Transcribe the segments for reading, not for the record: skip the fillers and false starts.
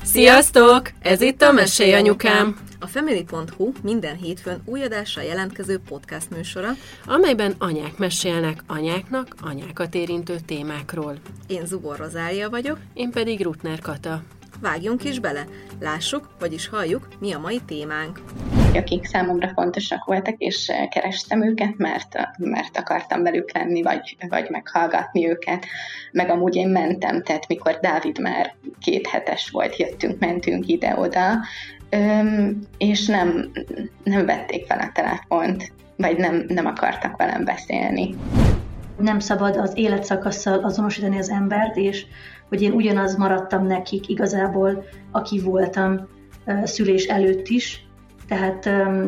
Sziasztok! Ez itt a Mesélj Anyukám! A Family.hu minden hétfőn új adással jelentkező podcast műsora, amelyben anyák mesélnek anyáknak anyákat érintő témákról. Én Zubor Rozália vagyok, én pedig Rutner Kata. Vágjunk is bele, lássuk, vagyis halljuk, mi a mai témánk. Akik számomra fontosak voltak, és kerestem őket, mert akartam velük lenni, vagy meghallgatni őket. Meg amúgy én mentem, tehát mikor Dávid már 2 hetes volt, mentünk ide-oda, és nem vették fel a telefont, vagy nem akartak velem beszélni. Nem szabad az életszakasszal azonosítani az embert, és hogy én ugyanaz maradtam nekik igazából, aki voltam szülés előtt is. Tehát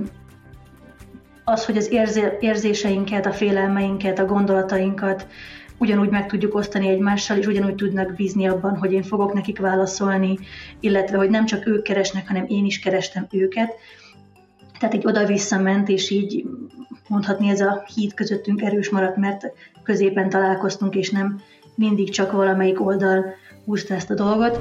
az, hogy az érzéseinket, a félelmeinket, a gondolatainkat ugyanúgy meg tudjuk osztani egymással, és ugyanúgy tudnak bízni abban, hogy én fogok nekik válaszolni, illetve hogy nem csak ők keresnek, hanem én is kerestem őket. Tehát így oda-vissza ment, és így mondhatni ez a híd közöttünk erős maradt, mert középen találkoztunk, és nem mindig csak valamelyik oldal húzta ezt a dolgot.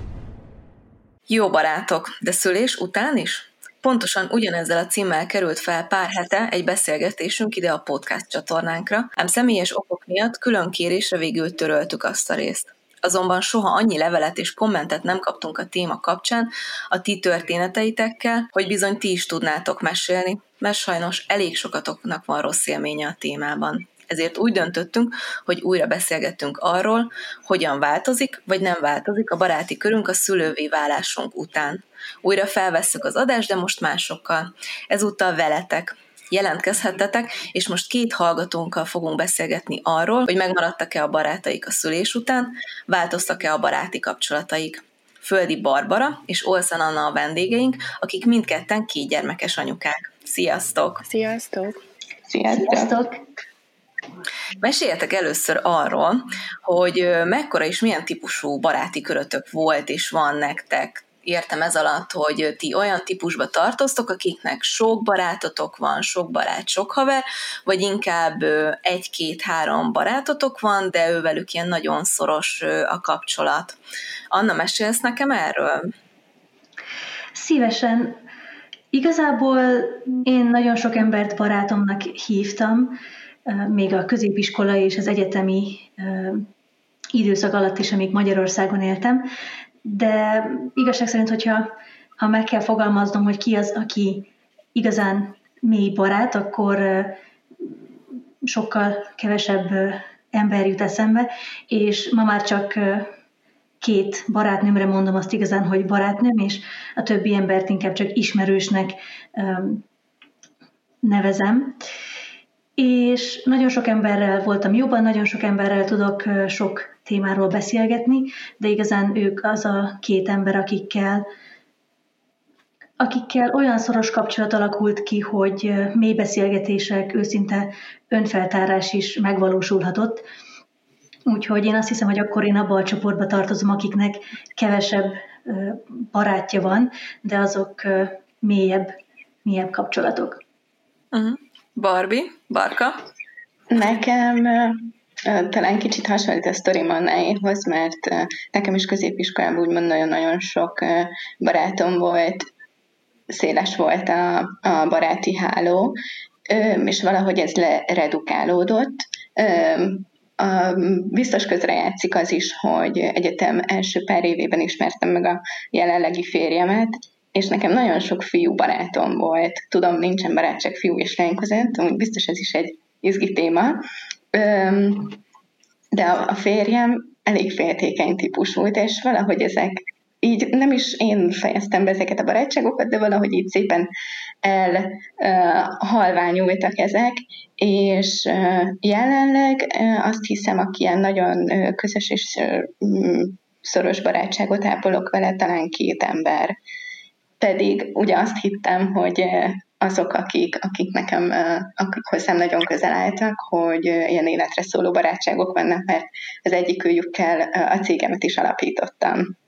Jó barátok, de szülés után is? Pontosan ugyanezzel a címmel került fel pár hete egy beszélgetésünk ide a podcast csatornánkra, ám személyes okok miatt külön kérésre végül töröltük azt a részt. Azonban soha annyi levelet és kommentet nem kaptunk a téma kapcsán a ti történeteitekkel, hogy bizony ti is tudnátok mesélni, mert sajnos elég sokatoknak van rossz élménye a témában. Ezért úgy döntöttünk, hogy újra beszélgettünk arról, hogyan változik, vagy nem változik a baráti körünk a szülővé válásunk után. Újra felvesszük az adást, de most másokkal. Ezúttal veletek. Jelentkezhettetek, és most 2 hallgatónkkal fogunk beszélgetni arról, hogy megmaradtak-e a barátaik a szülés után, változtak-e a baráti kapcsolataik. Földi Barbara és Olszan Anna a vendégeink, akik mindketten 2 gyermekes anyukák. Sziasztok! Sziasztok! Sziasztok! Meséljetek először arról, hogy mekkora és milyen típusú baráti körötök volt és van nektek. Értem ez alatt, hogy ti olyan típusba tartoztok, akiknek sok barátotok van, sok barát, sok haver, vagy inkább 1-2-3 barátotok van, de ővelük ilyen nagyon szoros a kapcsolat. Anna, mesélsz nekem erről? Szívesen. Igazából én nagyon sok embert barátomnak hívtam, még a középiskola és az egyetemi időszak alatt is, amíg Magyarországon éltem, de igazság szerint, hogyha meg kell fogalmaznom, hogy ki az, aki igazán mély barát, akkor sokkal kevesebb ember jut eszembe, és ma már csak 2 barátnőmre mondom azt igazán, hogy barátnőm, és a többi embert inkább csak ismerősnek nevezem. És nagyon sok emberrel voltam jóban, nagyon sok emberrel tudok sok témáról beszélgetni, de igazán ők az a 2 ember, akikkel olyan szoros kapcsolat alakult ki, hogy mély beszélgetések, őszinte önfeltárás is megvalósulhatott. Úgyhogy én azt hiszem, hogy akkor én abba a csoportba tartozom, akiknek kevesebb barátja van, de azok mélyebb kapcsolatok. Barka? Nekem talán kicsit hasonlít a sztorim Annáéhoz, mert nekem is középiskolában úgymond nagyon-nagyon sok barátom volt, széles volt a baráti háló, és valahogy ez leredukálódott. Biztos közrejátszik az is, hogy egyetem első pár évében ismertem meg a jelenlegi férjemet, és nekem nagyon sok fiú barátom volt. Tudom, nincsen barátság fiú és lány között, amúgy biztos ez is egy izgi téma. De a férjem elég féltékeny típus volt, és valahogy ezek így nem is én fejeztem be ezeket a barátságokat, de valahogy így szépen halványultak ezek, és jelenleg azt hiszem, aki ilyen nagyon közös és szoros barátságot ápolok vele, talán 2 ember. Pedig ugye azt hittem, hogy azok, akik nekem, akik hozzám nagyon közel álltak, hogy ilyen életre szóló barátságok vannak, mert az egyikőjükkel a cégemet is alapítottam.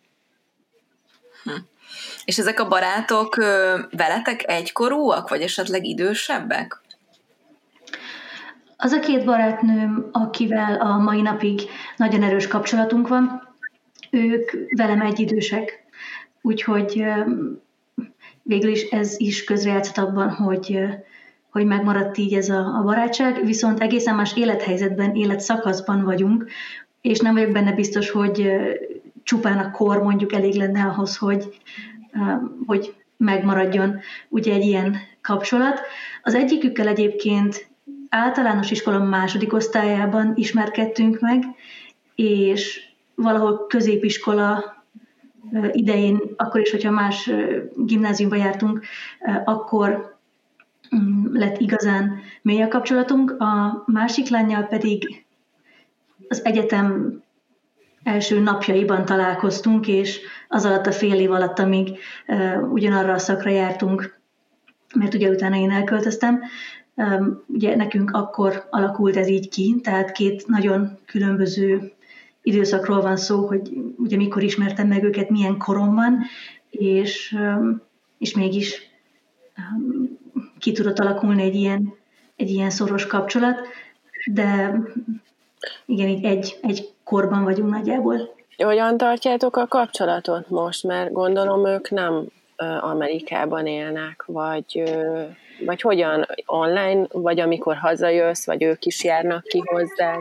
És ezek a barátok veletek egykorúak, vagy esetleg idősebbek? Az a 2 barátnőm, akivel a mai napig nagyon erős kapcsolatunk van, ők velem egyidősek. Úgyhogy végül is ez is közrejátszott abban, hogy megmaradt így ez a barátság, viszont egészen más élethelyzetben, életszakaszban vagyunk, és nem vagyok benne biztos, hogy csupán a kor mondjuk elég lenne ahhoz, hogy megmaradjon ugye egy ilyen kapcsolat. Az egyikükkel egyébként általános iskola második osztályában ismerkedtünk meg, és valahol középiskola idején, akkor is, hogyha más gimnáziumba jártunk, akkor lett igazán mély a kapcsolatunk. A másik lánnyal pedig az egyetem első napjaiban találkoztunk, és az alatt a fél év alatt, amíg ugyanarra a szakra jártunk, mert ugye utána én elköltöztem, ugye nekünk akkor alakult ez így ki, tehát két nagyon különböző időszakról van szó, hogy ugye mikor ismertem meg őket, milyen koromban, és mégis ki tudott alakulni egy ilyen szoros kapcsolat, de igen, így egy korban vagyunk nagyjából. Hogyan tartjátok a kapcsolatot most? Mert gondolom ők nem Amerikában élnek, vagy hogyan? Online, vagy amikor hazajössz, vagy ők is járnak ki hozzád?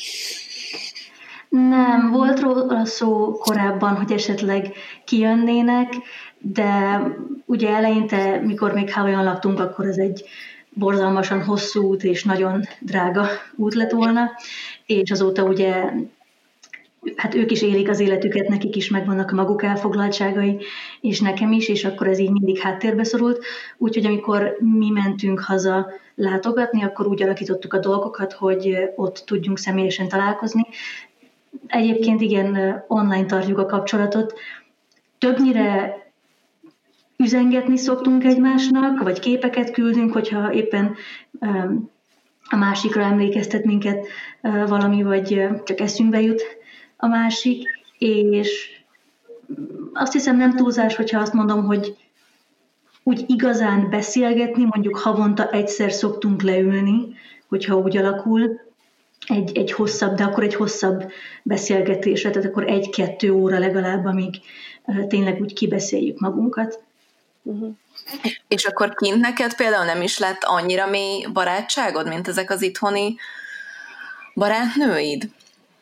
Nem, volt róla szó korábban, hogy esetleg kijönnének, de ugye eleinte, mikor még Hawaiion laktunk, akkor ez egy borzalmasan hosszú út és nagyon drága út lett volna, és azóta ugye hát ők is élik az életüket, nekik is megvannak a maguk elfoglaltságai, és nekem is, és akkor ez így mindig háttérbe szorult. Úgyhogy amikor mi mentünk haza látogatni, akkor úgy alakítottuk a dolgokat, hogy ott tudjunk személyesen találkozni. Egyébként igen, online tartjuk a kapcsolatot. Többnyire üzengetni szoktunk egymásnak, vagy képeket küldünk, hogyha éppen a másikra emlékeztet minket valami, vagy csak eszünkbe jut a másik, és azt hiszem nem túlzás, hogyha azt mondom, hogy úgy igazán beszélgetni, mondjuk havonta egyszer szoktunk leülni, hogyha úgy alakul, egy hosszabb, de akkor egy hosszabb beszélgetésre, tehát akkor 1-2 óra legalább, amíg tényleg úgy kibeszéljük magunkat. Uh-huh. És akkor kint neked például nem is lett annyira mély barátságod, mint ezek az itthoni barátnőid?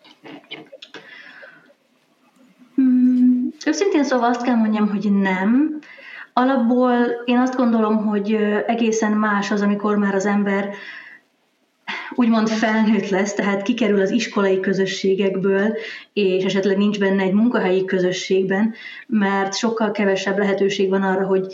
Őszintén szóval azt kell mondjam, hogy nem. Alapból én azt gondolom, hogy egészen más az, amikor már az ember úgymond felnőtt lesz, tehát kikerül az iskolai közösségekből, és esetleg nincs benne egy munkahelyi közösségben, mert sokkal kevesebb lehetőség van arra, hogy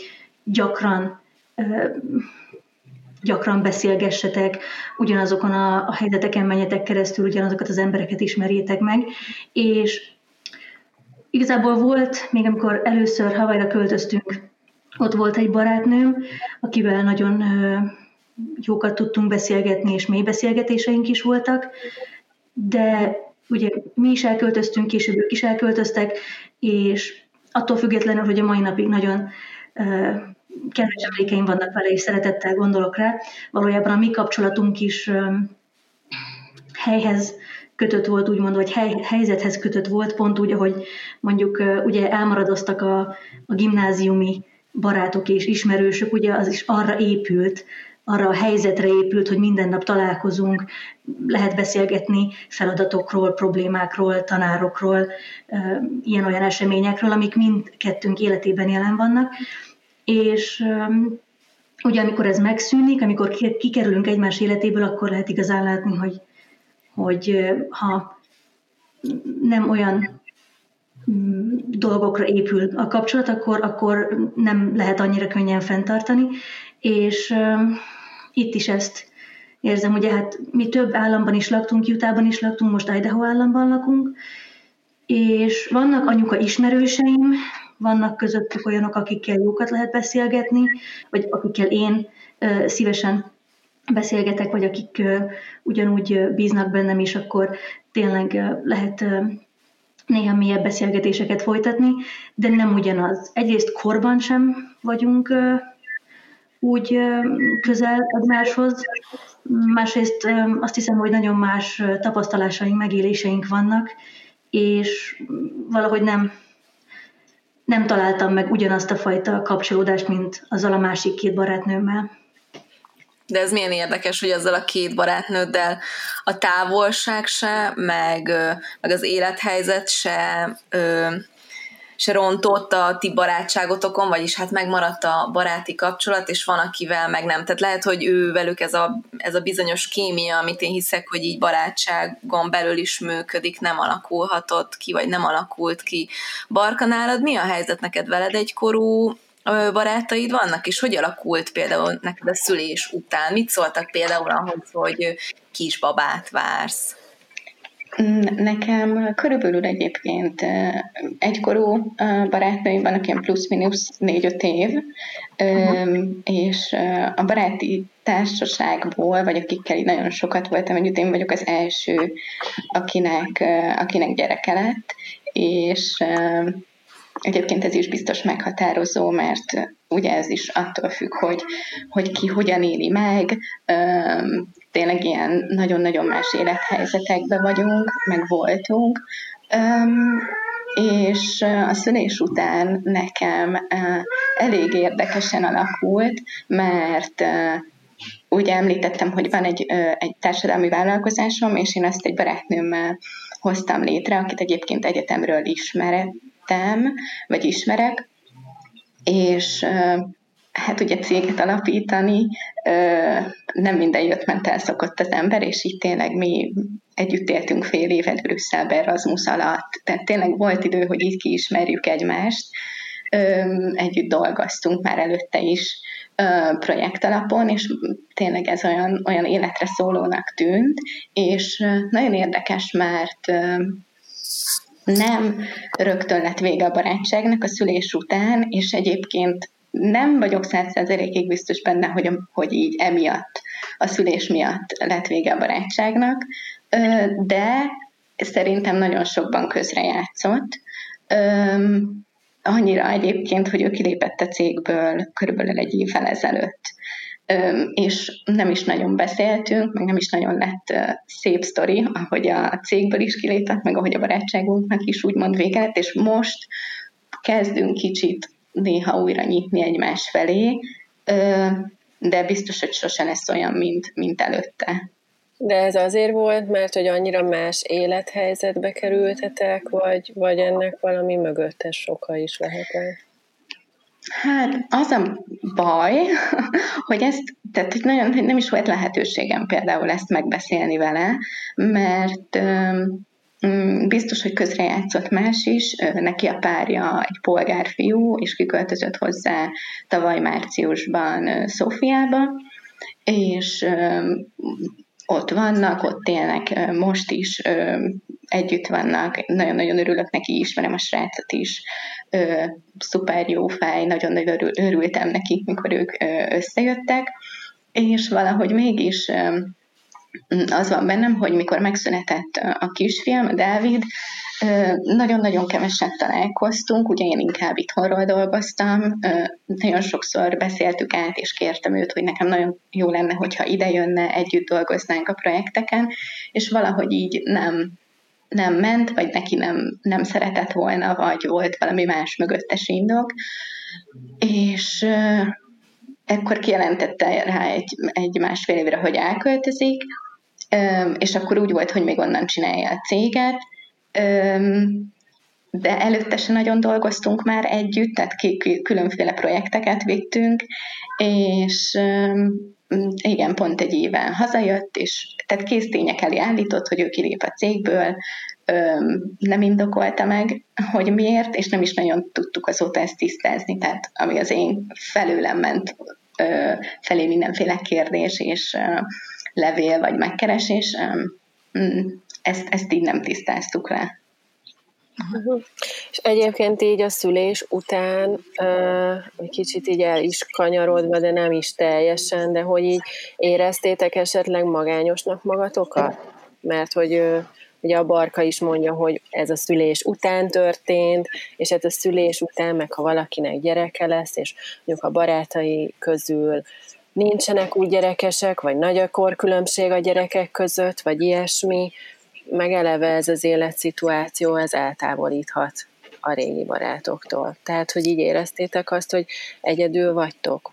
gyakran beszélgessetek, ugyanazokon a helyzeteken menjetek keresztül, ugyanazokat az embereket ismerjétek meg, és igazából volt, még amikor először Hawaiira költöztünk, ott volt egy barátnőm, akivel nagyon jókat tudtunk beszélgetni, és mély beszélgetéseink is voltak, de ugye mi is elköltöztünk, később ők is elköltöztek, és attól függetlenül, hogy a mai napig nagyon kedves emlékeim vannak vele, és szeretettel gondolok rá, valójában a mi kapcsolatunk is helyhez kötött volt, úgymond, vagy helyzethez kötött volt, pont úgy, ahogy mondjuk ugye elmaradoztak a gimnáziumi barátok és ismerősök, ugye az is arra épült, arra a helyzetre épült, hogy minden nap találkozunk, lehet beszélgetni feladatokról, problémákról, tanárokról, ilyen-olyan eseményekről, amik mindkettőnk életében jelen vannak. És ugye amikor ez megszűnik, amikor kikerülünk egymás életéből, akkor lehet igazán látni, hogy ha nem olyan dolgokra épül a kapcsolat, akkor nem lehet annyira könnyen fenntartani, és itt is ezt érzem, ugye hát mi több államban is laktunk, Utahban is laktunk, most Idaho államban lakunk, és vannak anyuka ismerőseim, vannak közöttük olyanok, akikkel jókat lehet beszélgetni, vagy akikkel én szívesen beszélgetek, vagy akik ugyanúgy bíznak bennem, és akkor tényleg lehet néha mélyebb beszélgetéseket folytatni, de nem ugyanaz. Egyrészt korban sem vagyunk úgy közel egymáshoz, másrészt azt hiszem, hogy nagyon más tapasztalásaink, megéléseink vannak, és valahogy nem találtam meg ugyanazt a fajta kapcsolódást, mint azzal a másik 2 barátnőmmel. De ez milyen érdekes, hogy azzal a 2 barátnőddel a távolság se, meg az élethelyzet se rontott a ti barátságotokon, vagyis hát megmaradt a baráti kapcsolat, és van, akivel meg nem. Tehát lehet, hogy velük ez a bizonyos kémia, amit én hiszek, hogy így barátságon belül is működik, nem alakulhatott ki, vagy nem alakult ki. Barka, nálad mi a helyzet neked veled egykorú barátaid vannak, és hogy alakult például neked a szülés után? Mit szóltak például ahhoz, hogy kisbabát vársz? Nekem körülbelül egyébként egykorú barátnőim vannak, ilyen plusz-minusz 4-5 év, és a baráti társaságból, vagy akikkel így nagyon sokat voltam együtt, én vagyok az első, akinek gyereke lett, és egyébként ez is biztos meghatározó, mert ugye ez is attól függ, hogy ki hogyan éli meg, tényleg ilyen nagyon-nagyon más élethelyzetekben vagyunk, meg voltunk, és a szülés után nekem elég érdekesen alakult, mert úgy említettem, hogy van egy társadalmi vállalkozásom, és én azt egy barátnőmmel hoztam létre, akit egyébként egyetemről ismerek, és hát ugye céget alapítani, nem minden jött-ment el szokott az ember, és így tényleg mi együtt éltünk fél évet Brüsszelben Erasmus alatt, tehát tényleg volt idő, hogy így kiismerjük egymást, együtt dolgoztunk már előtte is projekt alapon, és tényleg ez olyan életre szólónak tűnt, és nagyon érdekes, mert nem rögtön lett vége a barátságnak a szülés után, és egyébként nem vagyok 100%-ig biztos benne, hogy így emiatt, a szülés miatt lett vége a barátságnak, de szerintem nagyon sokban közrejátszott. Annyira egyébként, hogy ő kilépett a cégből körülbelül 1 évvel ezelőtt, és nem is nagyon beszéltünk, meg nem is nagyon lett szép sztori, ahogy a cégből is kilépett, meg ahogy a barátságunknak is úgymond vége lett, és most kezdünk kicsit néha újra nyitni egymás felé, de biztos, hogy sose lesz olyan, mint előtte. De ez azért volt, mert hogy annyira más élethelyzetbe kerültetek, vagy ennek valami mögöttes oka is lehetett? Hát az a baj, hogy hogy nem is volt lehetőségem például ezt megbeszélni vele, mert biztos, hogy közrejátszott más is, neki a párja egy polgárfiú, és kiköltözött hozzá tavaly márciusban Szófiába, és ott vannak, ott élnek most is, együtt vannak, nagyon-nagyon örülök neki, ismerem a srácot is, szuper jó fej, nagyon-nagyon örültem nekik, mikor ők összejöttek, és valahogy mégis az van bennem, hogy mikor megszületett a kisfiam, a Dávid, nagyon-nagyon keveset találkoztunk, ugye én inkább itthonról dolgoztam, nagyon sokszor beszéltük át, és kértem őt, hogy nekem nagyon jó lenne, hogyha ide jönne, együtt dolgoznánk a projekteken, és valahogy így nem ment, vagy neki nem szeretett volna, vagy volt valami más mögöttes indok, és ekkor kijelentette rá egy másfél évre, hogy elköltözik, és akkor úgy volt, hogy még onnan csinálja a céget, de előtte se nagyon dolgoztunk már együtt, tehát különféle projekteket vittünk, és igen, pont 1 éve hazajött, és tehát késztények elé állított, hogy ő kilép a cégből, nem indokolta meg, hogy miért, és nem is nagyon tudtuk azóta ezt tisztázni, tehát ami az én felőlem ment felé mindenféle kérdés és levél vagy megkeresés, ezt így nem tisztáztuk le. Uh-huh. És egyébként így a szülés után egy kicsit így el is kanyarodva, de nem is teljesen, de hogy így éreztétek esetleg magányosnak magatokat? Mert hogy ugye a Barka is mondja, hogy ez a szülés után történt, és hát a szülés után meg ha valakinek gyereke lesz, és mondjuk a barátai közül nincsenek úgy gyerekesek, vagy nagy a korkülönbség a gyerekek között, vagy ilyesmi, meg eleve ez az életszituáció, ez eltávolíthat a régi barátoktól. Tehát, hogy így éreztétek azt, hogy egyedül vagytok?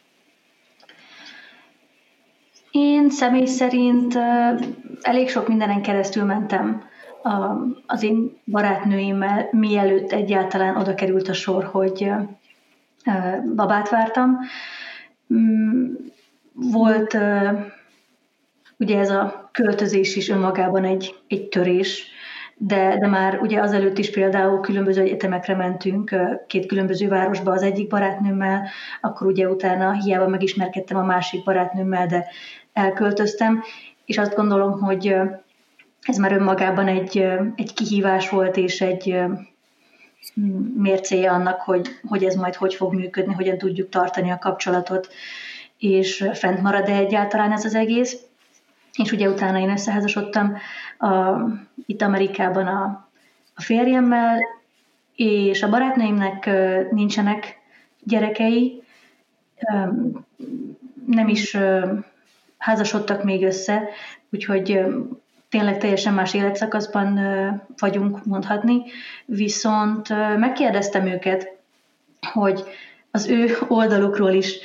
Én személy szerint elég sok mindenen keresztül mentem az én barátnőimmel, mielőtt egyáltalán oda került a sor, hogy babát vártam. Volt ugye ez a költözés is önmagában egy törés, de már ugye azelőtt is például különböző egyetemekre mentünk, 2 különböző városba az egyik barátnőmmel, akkor ugye utána hiába megismerkedtem a másik barátnőmmel, de elköltöztem, és azt gondolom, hogy ez már önmagában egy kihívás volt, és egy mércéje annak, hogy ez majd hogy fog működni, hogyan tudjuk tartani a kapcsolatot, és fent marad-e egyáltalán ez az egész. És ugye utána én összeházasodtam itt Amerikában a férjemmel, és a barátnőimnek nincsenek gyerekei, nem is házasodtak még össze, úgyhogy tényleg teljesen más életszakaszban vagyunk, mondhatni. Viszont megkérdeztem őket, hogy az ő oldalukról is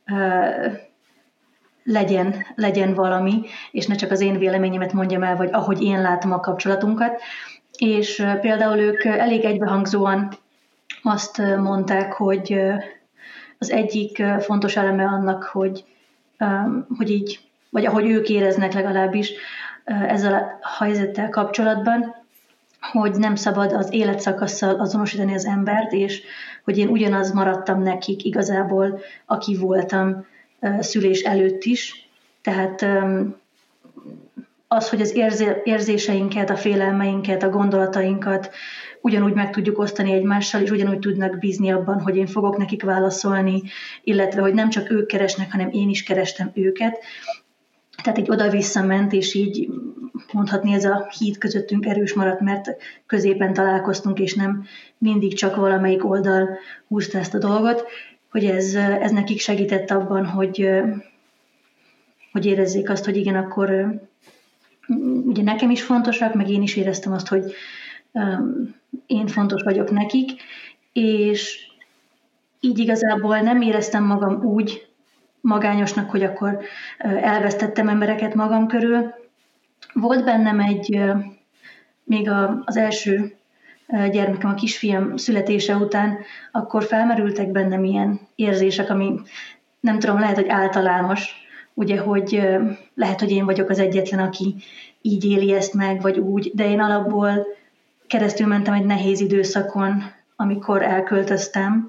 legyen valami, és ne csak az én véleményemet mondjam el, vagy ahogy én látom a kapcsolatunkat. És például ők elég egybehangzóan azt mondták, hogy az egyik fontos eleme annak, hogy így, vagy ahogy ők éreznek legalábbis ezzel a helyzettel kapcsolatban, hogy nem szabad az életszakasszal azonosítani az embert, és hogy én ugyanaz maradtam nekik igazából, aki voltam szülés előtt is. Tehát az, hogy az érzéseinket, a félelmeinket, a gondolatainkat ugyanúgy meg tudjuk osztani egymással, és ugyanúgy tudnak bízni abban, hogy én fogok nekik válaszolni, illetve hogy nem csak ők keresnek, hanem én is kerestem őket. Tehát így oda-vissza ment, és így mondhatni ez a híd közöttünk erős maradt, mert középen találkoztunk, és nem mindig csak valamelyik oldal húzta ezt a dolgot, hogy ez nekik segített abban, hogy érezzék azt, hogy igen, akkor ugye nekem is fontosak, meg én is éreztem azt, hogy én fontos vagyok nekik, és így igazából nem éreztem magam úgy magányosnak, hogy akkor elvesztettem embereket magam körül. Volt bennem még az első gyermekem, a kisfiam születése után, akkor felmerültek bennem ilyen érzések, ami nem tudom, lehet, hogy általános, ugye, hogy lehet, hogy én vagyok az egyetlen, aki így éli ezt meg, vagy úgy, de én alapból keresztül mentem egy nehéz időszakon, amikor elköltöztem,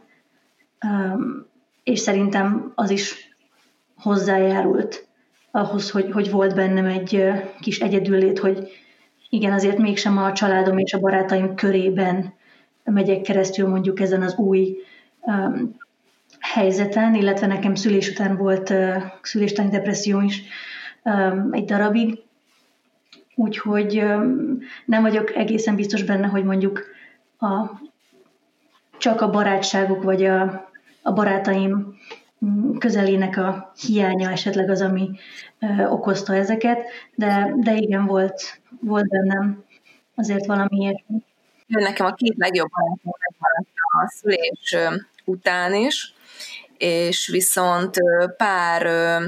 és szerintem az is hozzájárult ahhoz, hogy volt bennem egy kis egyedüllét, hogy igen, azért mégsem a családom és a barátaim körében megyek keresztül mondjuk ezen az új helyzeten, illetve nekem szülés után volt szülésutáni depresszió is egy darabig, úgyhogy nem vagyok egészen biztos benne, hogy mondjuk csak a barátságok vagy a barátaim közelének a hiánya esetleg az, ami okozta ezeket, de igen, volt bennem azért valami ilyesmi. Nekem a 2 legjobb barátom megmaradt a szülés után is, és viszont pár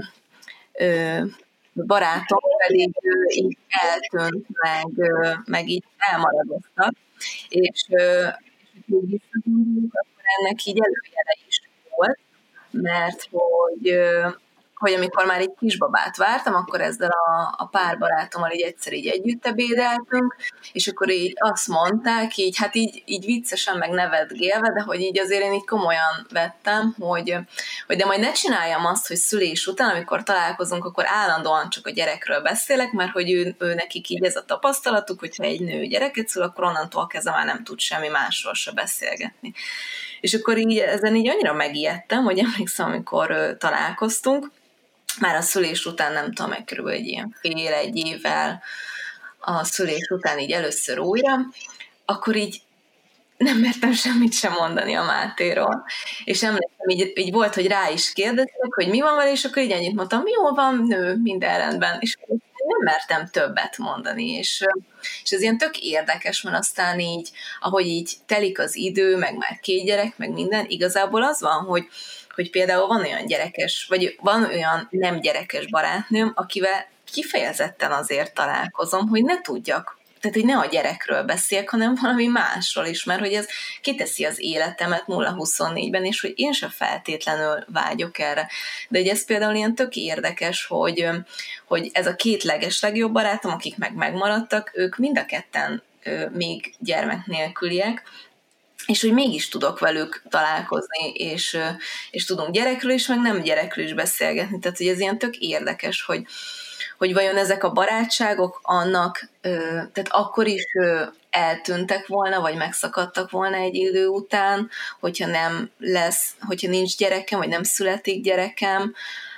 barátom pedig így eltűnt, meg így elmaradoztak, és így visszagondolunk, akkor ennek így előjele is volt, mert hogy amikor már egy kisbabát vártam, akkor ezzel a pár barátommal így egyszer így együtt ebédeltünk, és akkor így azt mondták, így, hát így viccesen meg nevetgélve, de hogy így azért én így komolyan vettem, hogy de majd ne csináljam azt, hogy szülés után, amikor találkozunk, akkor állandóan csak a gyerekről beszélek, mert hogy ő nekik így ez a tapasztalatuk, hogyha egy nő gyereket szül, akkor onnantól kezdve már nem tud semmi másról se beszélgetni. És akkor így ezen így annyira megijedtem, hogy emlékszem, amikor találkoztunk, már a szülés után nem tudom, meg körülbelül egy ilyen fél-egy évvel a szülés után így először újra, akkor így nem mertem semmit sem mondani a Mátéról. És emlékszem, így volt, hogy rá is kérdeztek, hogy mi van vele, és akkor így ennyit mondtam, jó van, nő, minden rendben. És nem mertem többet mondani, és ez ilyen tök érdekes, mert aztán így, ahogy így telik az idő, meg már 2 gyerek, meg minden, igazából az van, hogy például van olyan gyerekes, vagy van olyan nem gyerekes barátnőm, akivel kifejezetten azért találkozom, hogy ne tudjak, tehát hogy ne a gyerekről beszéljek, hanem valami másról is, mert hogy ez kiteszi az életemet 0-24-ben, és hogy én sem feltétlenül vágyok erre. De hogy ez például ilyen tök érdekes, hogy ez a 2 legjobb barátom, akik megmaradtak, ők mind a ketten még gyermek nélküliek, és hogy mégis tudok velük találkozni, és tudunk gyerekről is, meg nem gyerekről is beszélgetni. Tehát, hogy ez ilyen tök érdekes, hogy vajon ezek a barátságok annak, tehát akkor is eltűntek volna, vagy megszakadtak volna egy idő után, hogyha nincs gyerekem, vagy nem születik gyerekem,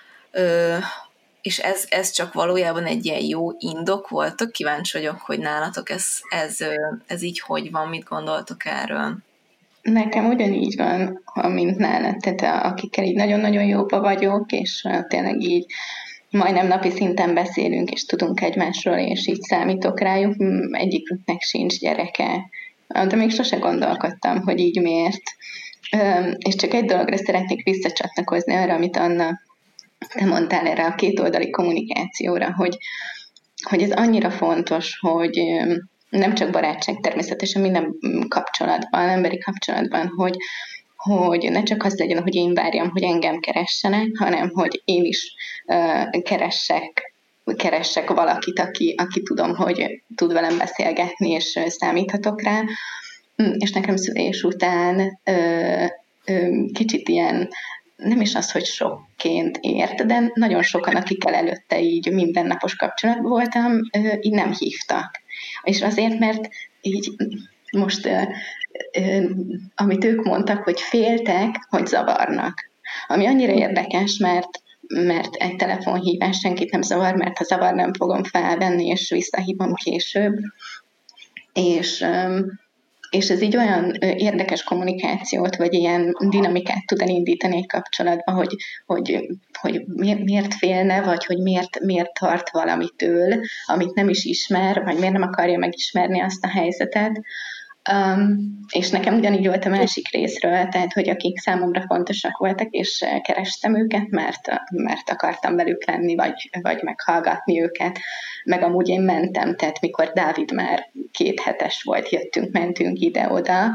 és ez csak valójában egy ilyen jó indok volt. Tök kíváncsi vagyok, hogy nálatok ez így hogy van, mit gondoltok erről? Nekem ugyanígy van, mint nálad, tehát akikkel így nagyon-nagyon jóba vagyok, és tényleg így majdnem napi szinten beszélünk, és tudunk egymásról, és így számítok rájuk, egyiküknek sincs gyereke. De még sose gondolkodtam, hogy így miért. És csak egy dologra szeretnék visszacsatlakozni arra, amit Anna, te mondtál erre a kétoldali kommunikációra, hogy ez annyira fontos, hogy nem csak barátság, természetesen minden kapcsolatban, emberi kapcsolatban, hogy ne csak az legyen, hogy én várjam, hogy engem keressenek, hanem hogy én is keressek valakit, aki tudom, hogy tud velem beszélgetni, és számíthatok rá. És nekem szülés után kicsit ilyen, nem is az, hogy sokként ért, de nagyon sokan, akikkel előtte így mindennapos kapcsolatban voltam, így nem hívtak. És azért, mert így most, amit ők mondtak, hogy féltek, hogy zavarnak. Ami annyira érdekes, mert egy telefonhívás senkit nem zavar, mert ha zavar, nem fogom felvenni, és visszahívom később. És ez így olyan érdekes kommunikációt, vagy ilyen dinamikát tud elindítani egy kapcsolatban, hogy miért félne, vagy hogy miért tart valamitől, amit nem is ismer, vagy miért nem akarja megismerni azt a helyzetet. És nekem ugyanígy volt a másik részről, tehát, hogy akik számomra fontosak voltak, és kerestem őket, mert akartam velük lenni, vagy meghallgatni őket, meg amúgy én mentem, tehát mikor Dávid már 2 hetes volt, mentünk ide-oda,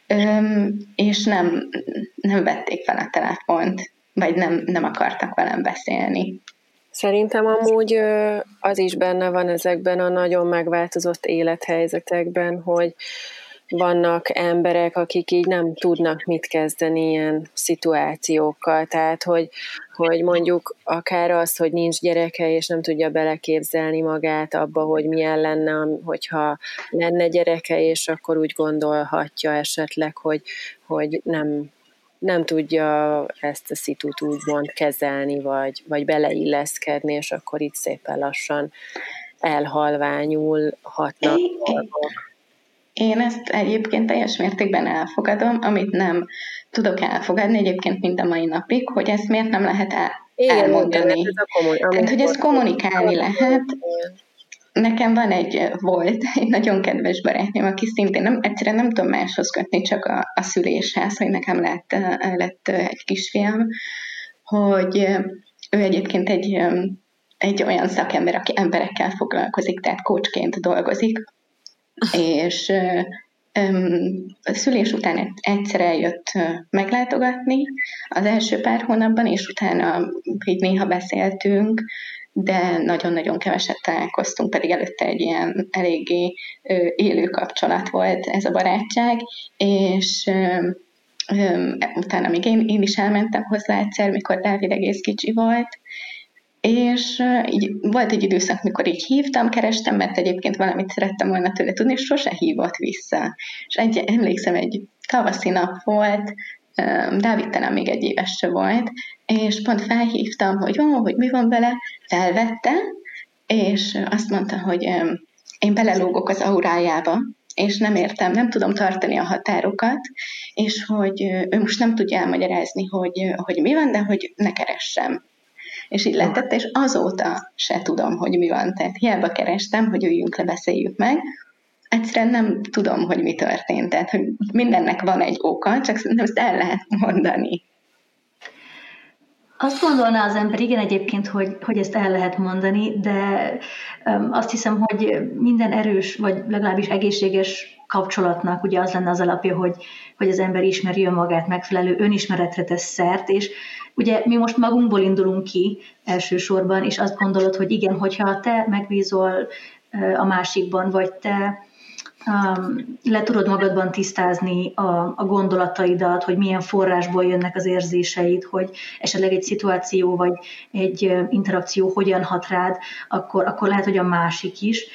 és nem vették fel a telefont, vagy nem akartak velem beszélni. Szerintem amúgy az is benne van ezekben a nagyon megváltozott élethelyzetekben, hogy vannak emberek, akik így nem tudnak mit kezdeni ilyen szituációkkal, tehát hogy mondjuk akár az, hogy nincs gyereke, és nem tudja beleképzelni magát abba, hogy milyen lenne, hogyha lenne gyereke, és akkor úgy gondolhatja esetleg, hogy nem tudja ezt a szitut úgymond kezelni, vagy beleilleszkedni, és akkor itt szépen lassan elhalványulhatnak dolgok. Én ezt egyébként teljes mértékben elfogadom, amit nem tudok elfogadni egyébként mind a mai napig, hogy ezt miért nem lehet elmondani. Igen, tehát, hogy ezt kommunikálni lehet. Nekem volt egy nagyon kedves barátnőm, aki szintén egyszerűen nem tudom máshoz kötni, csak a szüléshez, hogy nekem lett egy kisfiam, hogy ő egyébként egy olyan szakember, aki emberekkel foglalkozik, tehát coachként dolgozik, és a szülés után egyszer eljött meglátogatni az első pár hónapban, és utána így néha beszéltünk, de nagyon-nagyon keveset találkoztunk, pedig előtte egy ilyen eléggé élő kapcsolat volt ez a barátság, és utána még én is elmentem hozzá egyszer, mikor Dávid egész kicsi volt, és így volt egy időszak, mikor így hívtam, kerestem, mert egyébként valamit szerettem volna tőle tudni, és sose hívott vissza. És emlékszem, egy tavaszi nap volt, Dávid talán még 1 éves se volt, és pont felhívtam, hogy mi van vele, felvette, és azt mondta, hogy én belelógok az aurájába, és nem tudom tartani a határokat, és hogy ő most nem tudja elmagyarázni, hogy mi van, de hogy ne keressem. és így letette, és azóta se tudom, hogy mi van. Tehát hiába kerestem, hogy üljünk le, beszéljük meg, egyszerűen nem tudom, hogy mi történt. Tehát, hogy mindennek van egy oka, csak szerintem ezt el lehet mondani. Azt gondolná az ember, igen, egyébként, hogy ezt el lehet mondani, de azt hiszem, hogy minden erős, vagy legalábbis egészséges kapcsolatnak ugye az lenne az alapja, hogy az ember ismeri önmagát, megfelelő önismeretre tesz szert, és ugye mi most magunkból indulunk ki elsősorban, és azt gondolod, hogy igen, hogyha te megbízol a másikban, vagy te le tudod magadban tisztázni a gondolataidat, hogy milyen forrásból jönnek az érzéseid, hogy esetleg egy szituáció vagy egy interakció hogyan hat rád, akkor lehet, hogy a másik is.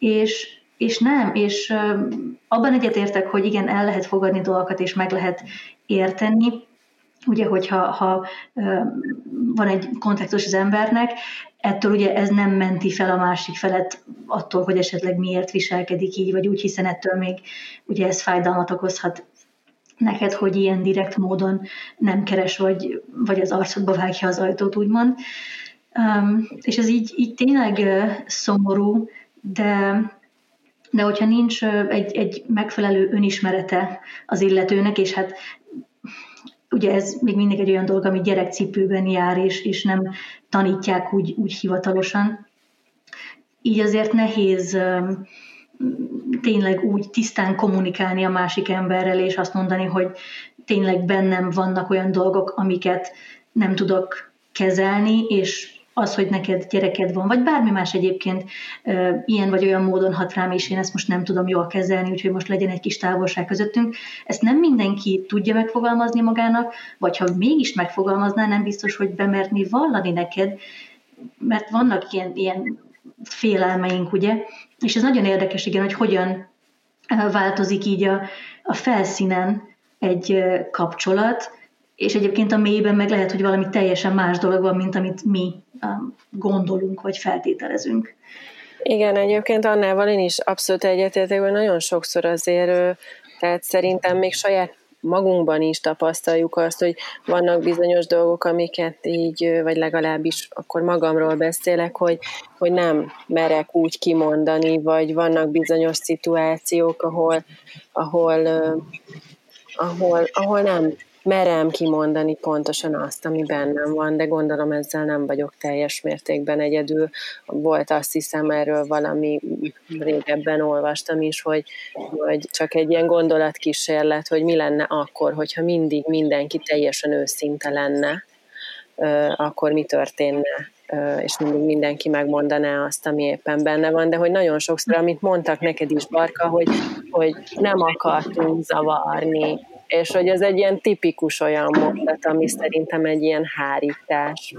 És abban egyetértek, hogy igen, el lehet fogadni dolgokat, és meg lehet érteni, ugye, hogyha van egy kontextus az embernek, ettől ugye ez nem menti fel a másik felet attól, hogy esetleg miért viselkedik így, vagy úgy, hiszen ettől még ugye ez fájdalmat okozhat neked, hogy ilyen direkt módon nem keres, vagy az arcodba vágja az ajtót, úgymond. És ez így tényleg szomorú, de hogyha nincs egy megfelelő önismerete az illetőnek, és hát ugye ez még mindig egy olyan dolog, ami gyerekcipőben jár, és nem tanítják úgy hivatalosan. Így azért nehéz tényleg úgy tisztán kommunikálni a másik emberrel, és azt mondani, hogy tényleg bennem vannak olyan dolgok, amiket nem tudok kezelni, és az, hogy neked gyereked van, vagy bármi más egyébként ilyen vagy olyan módon hat rám, és én ezt most nem tudom jól kezelni, úgyhogy most legyen egy kis távolság közöttünk. Ezt nem mindenki tudja megfogalmazni magának, vagy ha mégis megfogalmazná, nem biztos, hogy bemerné vallani neked, mert vannak ilyen félelmeink, ugye? És ez nagyon érdekes, igen, hogy hogyan változik így a felszínen egy kapcsolat, és egyébként a mélyben meg lehet, hogy valami teljesen más dolog van, mint amit mi gondolunk, vagy feltételezünk. Igen, egyébként Annával én is abszolút egyetértek, hogy nagyon sokszor azért, tehát szerintem még saját magunkban is tapasztaljuk azt, hogy vannak bizonyos dolgok, amiket így, vagy legalábbis akkor magamról beszélek, hogy nem merek úgy kimondani, vagy vannak bizonyos szituációk, ahol nem merem kimondani pontosan azt, ami bennem van, de gondolom ezzel nem vagyok teljes mértékben egyedül. Volt, azt hiszem, erről valami régebben olvastam is, hogy csak egy ilyen gondolatkísérlet, hogy mi lenne akkor, hogyha mindig mindenki teljesen őszinte lenne, akkor mi történne, és mindig mindenki megmondaná azt, ami éppen benne van, de hogy nagyon sokszor, amit mondtak neked is, Barka, hogy nem akartunk zavarni, és hogy ez egy ilyen tipikus olyan mondat, ami szerintem egy ilyen hárítás.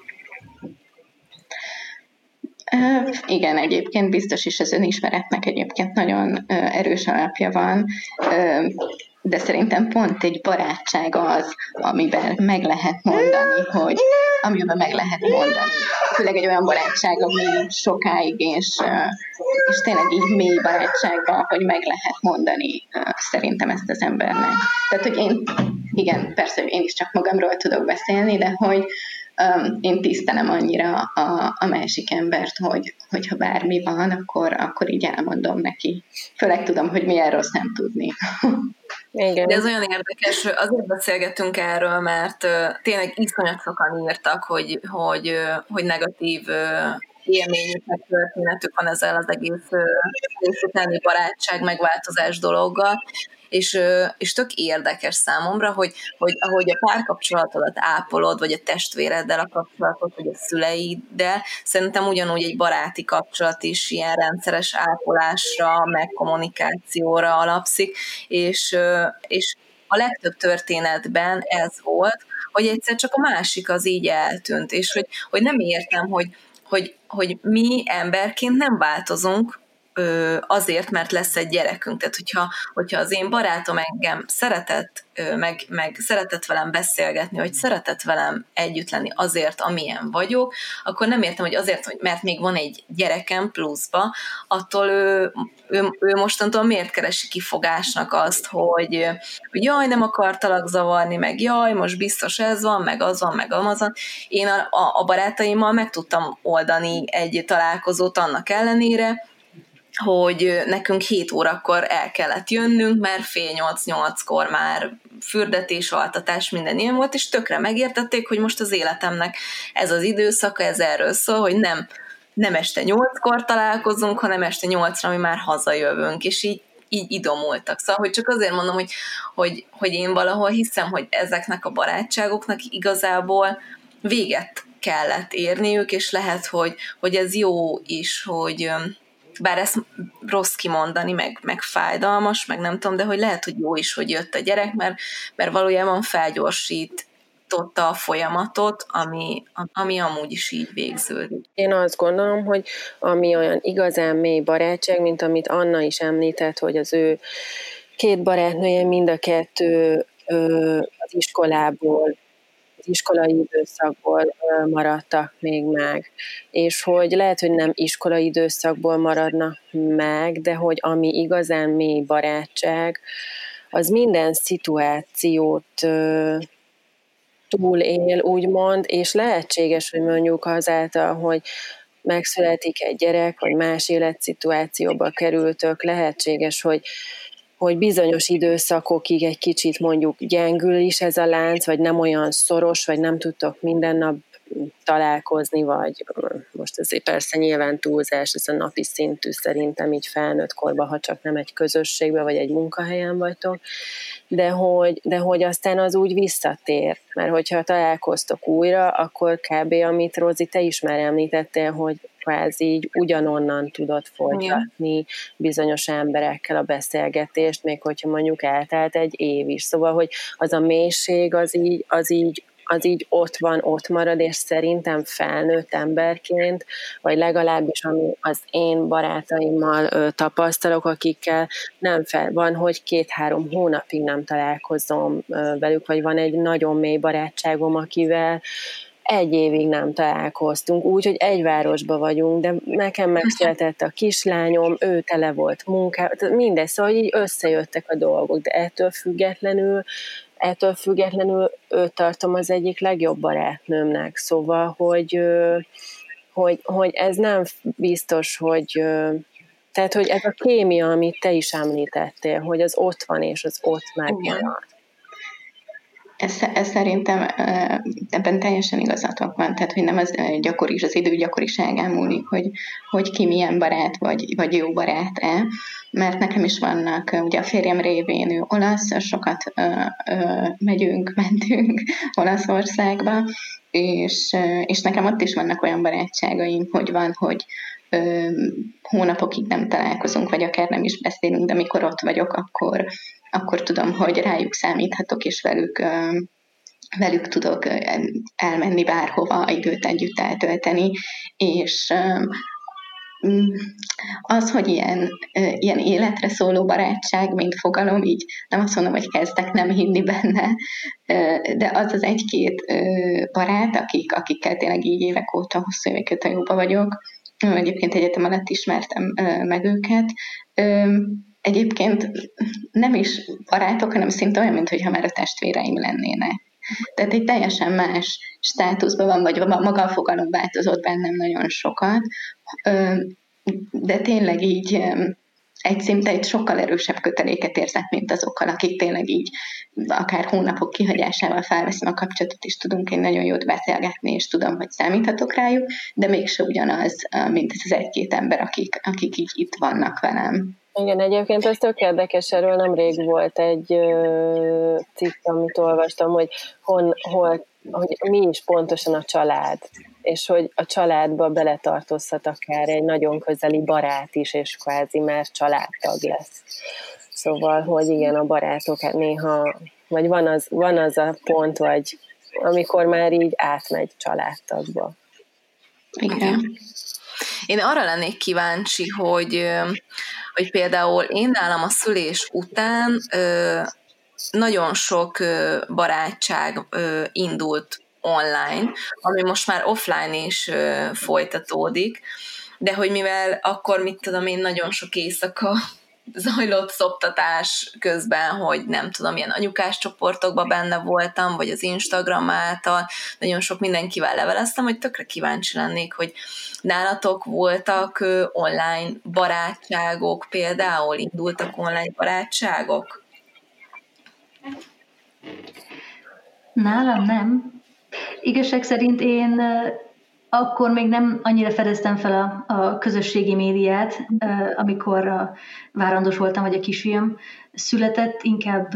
Igen, egyébként biztos is az önismeretnek egyébként nagyon erős alapja van, de szerintem pont egy barátság az, amiben meg lehet mondani, főleg egy olyan barátság, ami sokáig, és tényleg így mély barátságban, hogy meg lehet mondani szerintem ezt az embernek. Tehát, hogy igen, persze, hogy én is csak magamról tudok beszélni, de hogy én tisztelem annyira a másik embert, hogy ha bármi van, akkor így elmondom neki. Főleg tudom, hogy milyen rossz nem tudni. Igen. De ez olyan érdekes, azért beszélgetünk erről, mert tényleg iszonyat sokan írtak, hogy negatív élményük, meg történetük van ezzel az egész utáni barátság, megváltozás dologgal, és tök érdekes számomra, hogy ahogy a párkapcsolatodat ápolod, vagy a testvéreddel a kapcsolatot, vagy a szüleiddel, szerintem ugyanúgy egy baráti kapcsolat is ilyen rendszeres ápolásra, meg kommunikációra alapszik, és a legtöbb történetben ez volt, hogy egyszer csak a másik az így eltűnt, és hogy nem értem, hogy mi emberként nem változunk, azért, mert lesz egy gyerekünk. Tehát, hogyha az én barátom engem szeretett, meg szeretett velem beszélgetni, vagy szeretett velem együtt lenni azért, amilyen vagyok, akkor nem értem, hogy azért, mert még van egy gyerekem pluszba, attól ő mostantól miért keresi kifogásnak azt, hogy jaj, nem akartalak zavarni, meg jaj, most biztos ez van, meg az van, meg az van. Én a barátaimmal meg tudtam oldani egy találkozót annak ellenére, hogy nekünk 7 órakor el kellett jönnünk, mert fél 8-8-kor már fürdetés, altatás, minden ilyen volt, és tökre megértették, hogy most az életemnek ez az időszaka, ez erről szól, hogy nem este 8-kor találkozunk, hanem este 8-ra mi már hazajövünk, és így idomultak. Szóval, hogy csak azért mondom, hogy én valahol hiszem, hogy ezeknek a barátságoknak igazából véget kellett érniük, és lehet, hogy ez jó is, hogy bár ezt rossz kimondani, meg fájdalmas, meg nem tudom, de hogy lehet, hogy jó is, hogy jött a gyerek, mert valójában felgyorsította a folyamatot, ami amúgy is így végződik. Én azt gondolom, hogy ami olyan igazán mély barátság, mint amit Anna is említett, hogy az ő 2 barátnője mind a 2 az iskolából, az iskolai időszakból maradtak még meg, és hogy lehet, hogy nem iskolai időszakból maradnak meg, de hogy ami igazán mély barátság, az minden szituációt túlél, úgymond, és lehetséges, hogy mondjuk azáltal, hogy megszületik egy gyerek, vagy más életszituációba kerültök, lehetséges, hogy bizonyos időszakokig egy kicsit mondjuk gyengül is ez a lánc, vagy nem olyan szoros, vagy nem tudtok minden nap találkozni, vagy most azért persze nyilván túlzás, ez a napi szintű szerintem így felnőtt korban, ha csak nem egy közösségben, vagy egy munkahelyen vagytok, de hogy aztán az úgy visszatér, mert hogyha találkoztok újra, akkor kb. Amit Rozi, te is már említettél, hogy kvázi így ugyanonnan tudod folytatni bizonyos emberekkel a beszélgetést, még hogyha mondjuk eltelt egy év is. Szóval, hogy az a mélység az így ott marad, és szerintem felnőtt emberként, vagy legalábbis ami az én barátaimmal tapasztalok, akikkel nem van, hogy 2-3 hónapig nem találkozom velük, vagy van egy nagyon mély barátságom, akivel 1 évig nem találkoztunk, úgyhogy egy városba vagyunk, de nekem megszületett a kislányom, ő tele volt munkával, mindegy, szóval így összejöttek a dolgok, de ettől függetlenül őt tartom az egyik legjobb barátnőmnek, szóval, hogy ez nem biztos, hogy tehát, hogy ez a kémia, amit te is említettél, hogy az ott van, és az ott megmarad. Ez szerintem ebben teljesen igazatok van, tehát hogy nem az idő gyakoriságán múlik, hogy ki milyen barát, vagy jó barát-e, mert nekem is vannak, ugye a férjem révén ő olasz, sokat mentünk Olaszországba, és nekem ott is vannak olyan barátságaim, hogy van, hogy hónapokig nem találkozunk, vagy akár nem is beszélünk, de mikor ott vagyok, akkor tudom, hogy rájuk számíthatok, és velük tudok elmenni bárhova, időt együtt eltölteni, és az, hogy ilyen életre szóló barátság, mint fogalom, így nem azt mondom, hogy kezdek nem hinni benne, de az az 1-2 barát, akikkel tényleg így évek óta, hosszú évek óta jóba vagyok, egyébként egyetem alatt ismertem meg őket, egyébként nem is barátok, hanem szinte olyan, mintha már a testvéreim lennének. Tehát egy teljesen más státuszban van, vagy maga a fogalom változott bennem nagyon sokat, de tényleg így egy sokkal erősebb köteléket érzek, mint azokkal, akik tényleg így akár hónapok kihagyásával felveszem a kapcsolatot, és tudunk egy nagyon jót beszélgetni, és tudom, hogy számíthatok rájuk, de mégse ugyanaz, mint ez az 1-2 ember, akik így itt vannak velem. Igen, egyébként ez tök érdekes, erről nemrég volt egy cikk, amit olvastam, hogy hogy mi is pontosan a család, és hogy a családba beletartozhat akár egy nagyon közeli barát is, és kvázi már családtag lesz. Szóval, hogy igen, a barátok hát néha, vagy van az a pont, vagy amikor már így átmegy családtagba. Igen. Én arra lennék kíváncsi, hogy például én nálam a szülés után nagyon sok barátság indult online, ami most már offline is folytatódik, de hogy mivel akkor, mit tudom én, nagyon sok éjszaka zajlott szoptatás közben, hogy nem tudom, ilyen anyukás csoportokban benne voltam, vagy az Instagram által, nagyon sok mindenkivel leveleztem, hogy tökre kíváncsi lennék, hogy nálatok voltak online barátságok, például indultak online barátságok? Nálam nem. Igazság szerint én akkor még nem annyira fedeztem fel a közösségi médiát, amikor várandós voltam, vagy a kisfiam született, inkább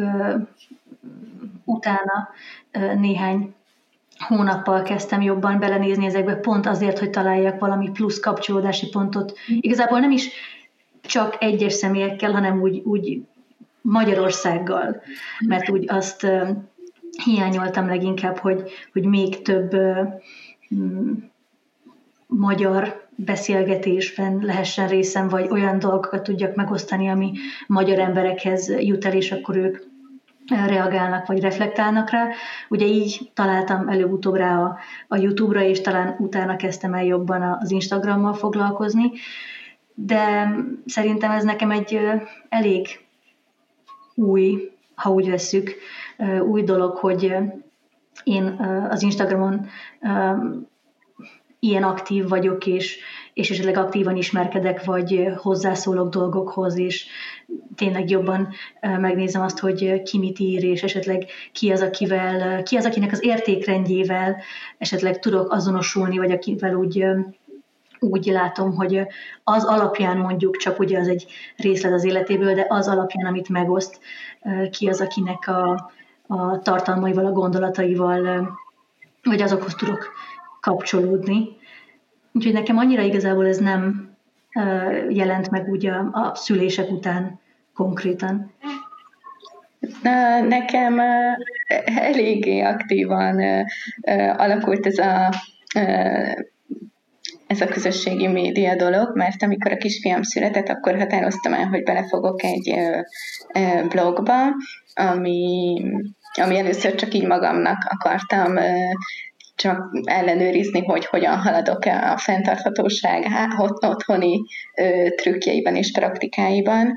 utána néhány hónappal kezdtem jobban belenézni ezekbe, pont azért, hogy találjak valami plusz kapcsolódási pontot. Igazából nem is csak egyes személyekkel, hanem úgy Magyarországgal, mert úgy azt hiányoltam leginkább, hogy még több magyar beszélgetésben lehessen részem, vagy olyan dolgokat tudjak megosztani, ami magyar emberekhez jut el, és akkor ők reagálnak, vagy reflektálnak rá. Ugye így találtam előbb-utóbb rá a YouTube-ra, és talán utána kezdtem el jobban az Instagrammal foglalkozni, de szerintem ez nekem egy elég új, ha úgy vesszük, új dolog, hogy én az Instagramon ilyen aktív vagyok, és esetleg aktívan ismerkedek, vagy hozzászólok dolgokhoz, és tényleg jobban megnézem azt, hogy ki mit ír, és esetleg ki az, akinek az értékrendjével esetleg tudok azonosulni, vagy akivel úgy látom, hogy az alapján mondjuk, csak ugye az egy részlet az életéből, de az alapján, amit megoszt, ki az, akinek a tartalmaival, a gondolataival, vagy azokhoz tudok kapcsolódni. Úgyhogy nekem annyira igazából ez nem jelent meg úgy a szülések után konkrétan. Nekem eléggé aktívan alakult ez a közösségi média dolog, mert amikor a kisfiam született, akkor határoztam el, hogy belefogok egy blogba, ami először csak így magamnak akartam csak ellenőrizni, hogy hogyan haladok a fenntarthatóság otthoni trükkjeiben és praktikáiban,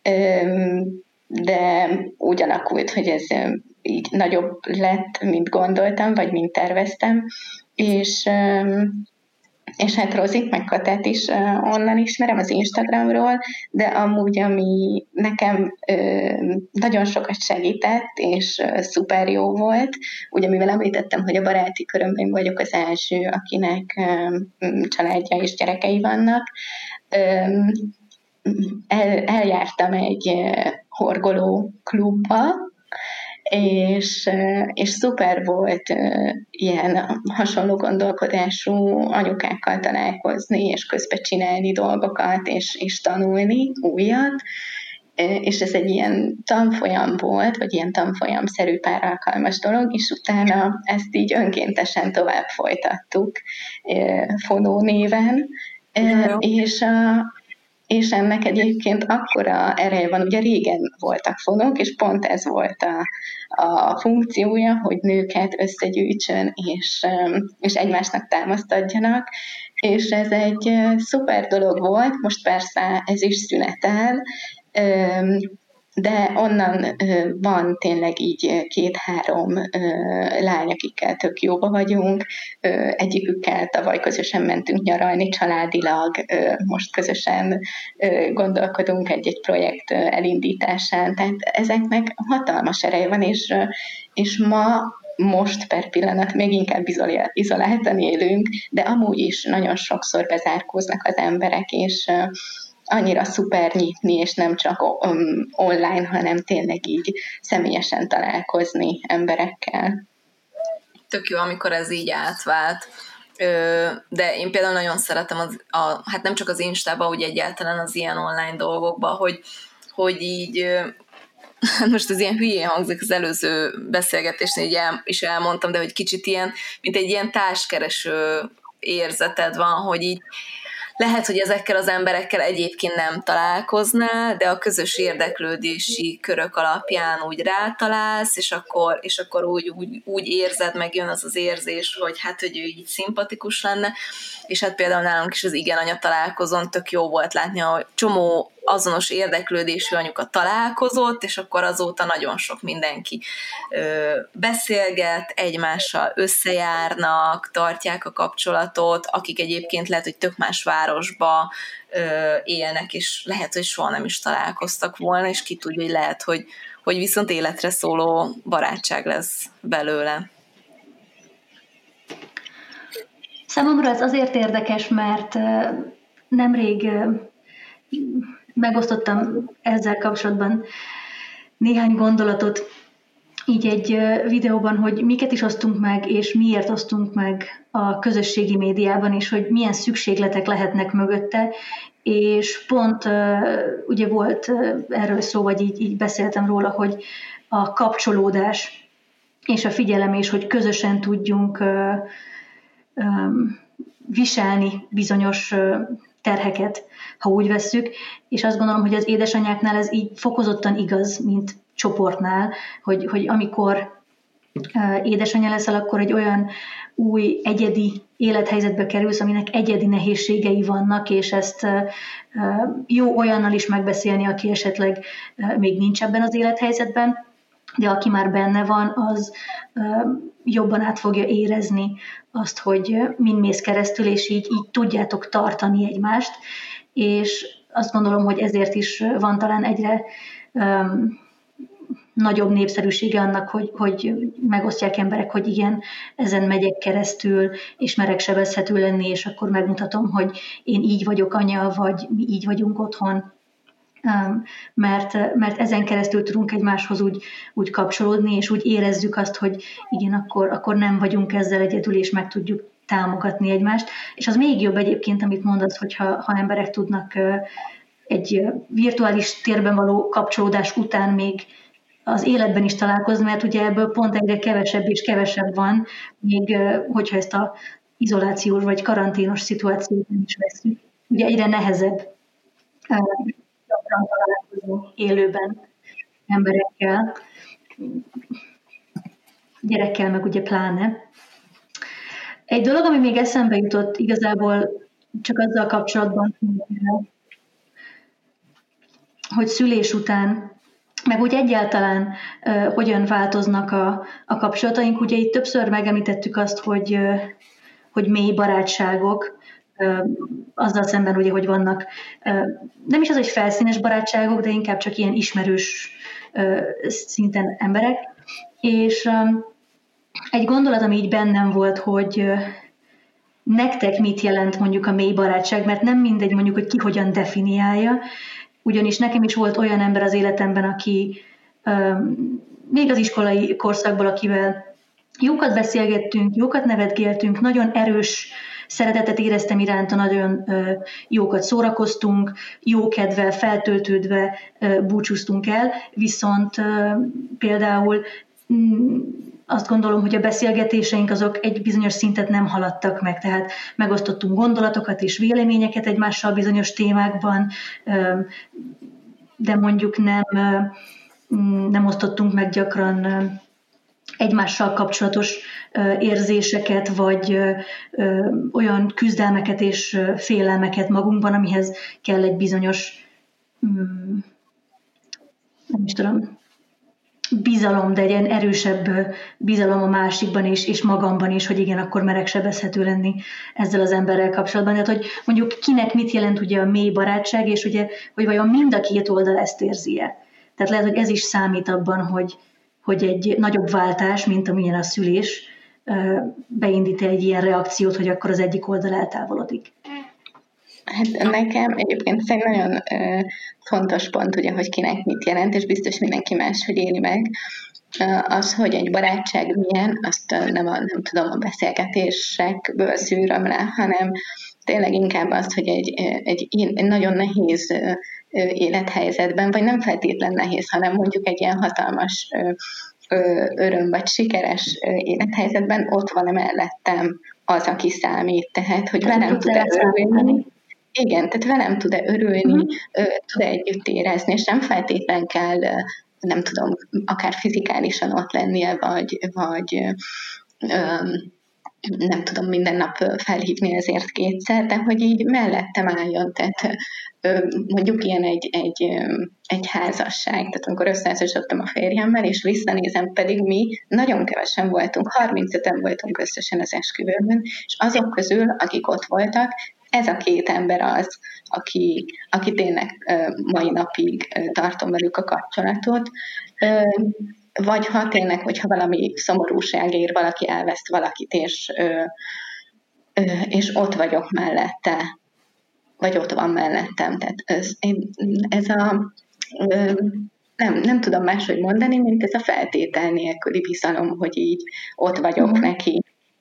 de úgy alakult, hogy ez így nagyobb lett, mint gondoltam, vagy mint terveztem, és hát Rozit, meg Katát is onnan ismerem, az Instagramról, de amúgy, ami nekem nagyon sokat segített, és szuper jó volt, ugye mivel említettem, hogy a baráti körömben vagyok az első, akinek családja és gyerekei vannak, eljártam egy horgoló klubba, és szuper volt ilyen hasonló gondolkodású anyukákkal találkozni, és közben csinálni dolgokat, és tanulni újat, és ez egy ilyen tanfolyam volt, vagy ilyen tanfolyamszerű pár alkalmas dolog, és utána ezt így önkéntesen tovább folytattuk Fonó néven, és ennek egyébként akkora ereje van, ugye régen voltak fonók, és pont ez volt a funkciója, hogy nőket összegyűjtsön, és egymásnak támaszt adjanak, és ez egy szuper dolog volt, most persze ez is szünetel, de onnan van tényleg így 2-3 lány, akikkel tök jóba vagyunk. Egyikükkel tavaly közösen mentünk nyaralni családilag, most közösen gondolkodunk egy projekt elindításán. Tehát ezeknek hatalmas ereje van, és most per pillanat még inkább izoláltan élünk, de amúgy is nagyon sokszor bezárkóznak az emberek, és annyira szuper nyitni, és nem csak online, hanem tényleg így személyesen találkozni emberekkel. Tök jó, amikor ez így átvált. De én például nagyon szeretem hát nem csak az Instában, úgy egyáltalán az ilyen online dolgokban, hogy így most ez ilyen hülyén hangzik, az előző beszélgetésnél így is elmondtam, de hogy kicsit ilyen, mint egy ilyen társkereső érzeted van, hogy így lehet, hogy ezekkel az emberekkel egyébként nem találkoznál, de a közös érdeklődési körök alapján úgy rátalálsz, és akkor úgy érzed, meg jön az érzés, hogy hát, hogy ő így szimpatikus lenne, és hát például nálunk is az Igen Anya találkozón tök jó volt látni, hogy csomó azonos érdeklődésű anyuka találkozott, és akkor azóta nagyon sok mindenki beszélget, egymással összejárnak, tartják a kapcsolatot, akik egyébként lehet, hogy tök más városba élnek, és lehet, hogy soha nem is találkoztak volna, és ki tudja, hogy lehet, hogy viszont életre szóló barátság lesz belőle. Számomra ez azért érdekes, mert nemrég megosztottam ezzel kapcsolatban néhány gondolatot így egy videóban, hogy miket is osztunk meg, és miért osztunk meg a közösségi médiában, és hogy milyen szükségletek lehetnek mögötte, és pont ugye volt erről szó, vagy így beszéltem róla, hogy a kapcsolódás és a figyelem, és hogy közösen tudjunk viselni bizonyos terheket, ha úgy vesszük, és azt gondolom, hogy az édesanyáknál ez így fokozottan igaz, mint csoportnál, hogy amikor édesanyja leszel, akkor egy olyan új, egyedi élethelyzetbe kerülsz, aminek egyedi nehézségei vannak, és ezt jó olyannal is megbeszélni, aki esetleg még nincs ebben az élethelyzetben, de aki már benne van, az jobban át fogja érezni azt, hogy mind mész keresztül, és így tudjátok tartani egymást, és azt gondolom, hogy ezért is van talán egyre nagyobb népszerűsége annak, hogy megosztják emberek, hogy igen, ezen megyek keresztül, és merek sebezhető lenni, és akkor megmutatom, hogy én így vagyok anya, vagy mi így vagyunk otthon, mert ezen keresztül tudunk egymáshoz úgy kapcsolódni, és úgy érezzük azt, hogy igen, akkor nem vagyunk ezzel egyedül, és meg tudjuk támogatni egymást. És az még jobb egyébként, amit mondasz, hogyha emberek tudnak egy virtuális térben való kapcsolódás után még az életben is találkozni, mert ugye ebből pont egyre kevesebb és kevesebb van, még hogyha ezt a izolációs vagy karanténos szituációt nem is veszünk. Ugye egyre nehezebb gyakran találkozó élőben emberekkel, gyerekkel meg ugye pláne. Egy dolog, ami még eszembe jutott igazából csak azzal kapcsolatban, hogy szülés után, meg úgy egyáltalán hogyan változnak a kapcsolataink. Ugye itt többször megemlítettük azt, hogy mély barátságok, azzal szemben ugye, hogy vannak nem is az, hogy felszínes barátságok, de inkább csak ilyen ismerős szinten emberek. És egy gondolat, ami így bennem volt, hogy nektek mit jelent mondjuk a mély barátság, mert nem mindegy mondjuk, hogy ki hogyan definiálja, ugyanis nekem is volt olyan ember az életemben, aki még az iskolai korszakból, akivel jókat beszélgettünk, jókat nevetgéltünk, nagyon erős szeretetet éreztem iránta, nagyon jókat szórakoztunk, jókedvel, feltöltődve búcsúztunk el, viszont például azt gondolom, hogy a beszélgetéseink azok egy bizonyos szintet nem haladtak meg, tehát megosztottunk gondolatokat és véleményeket egymással bizonyos témákban, de mondjuk nem osztottunk meg gyakran egymással kapcsolatos érzéseket, is olyan küzdelmeket és félelmeket magunkban, amihez kell egy bizonyos, nem is tudom, bizalom, de egy ilyen erősebb bizalom a másikban és magamban is, hogy igen, akkor merek sebezhető lenni ezzel az emberrel kapcsolatban. Tehát, hogy mondjuk kinek mit jelent ugye a mély barátság, és ugye, hogy vajon mind a két oldal ezt érzi-e. Tehát lehet, hogy ez is számít abban, hogy egy nagyobb váltás, mint amilyen a szülés, beindít egy ilyen reakciót, hogy akkor az egyik oldal eltávolodik. Hát nekem egyébként egy nagyon fontos pont, ugye, hogy kinek mit jelent, és biztos mindenki máshogy éli meg. Az, hogy egy barátság milyen, azt nem tudom a beszélgetésekből szűröm le, hanem tényleg inkább az, hogy egy nagyon nehéz élethelyzetben, vagy nem feltétlen nehéz, hanem mondjuk egy ilyen hatalmas öröm vagy sikeres élethelyzetben ott van mellettem az, aki számít. Tehát, hogy velem tud örülni. igen, tehát velem tud-e örülni, tud-e együtt érezni, és nem feltétlen kell, nem tudom, akár fizikálisan ott lennie, vagy nem tudom minden nap felhívni ezért kétszer, de hogy így mellettem álljon, tehát mondjuk ilyen egy házasság, tehát amikor összeházasodtam a férjemmel, és visszanézem, pedig mi nagyon kevesen voltunk, 35-en voltunk összesen az esküvőben, és azok közül, akik ott voltak, ez a két ember az, aki tényleg mai napig tartom velük a kapcsolatot, vagy ha tényleg, hogyha valami szomorúság ér, valaki elveszt valakit, és ott vagyok mellette, vagy ott van mellettem. Tehát nem tudom máshogy mondani, mint ez a feltétel nélküli bizalom, hogy így ott vagyok neki.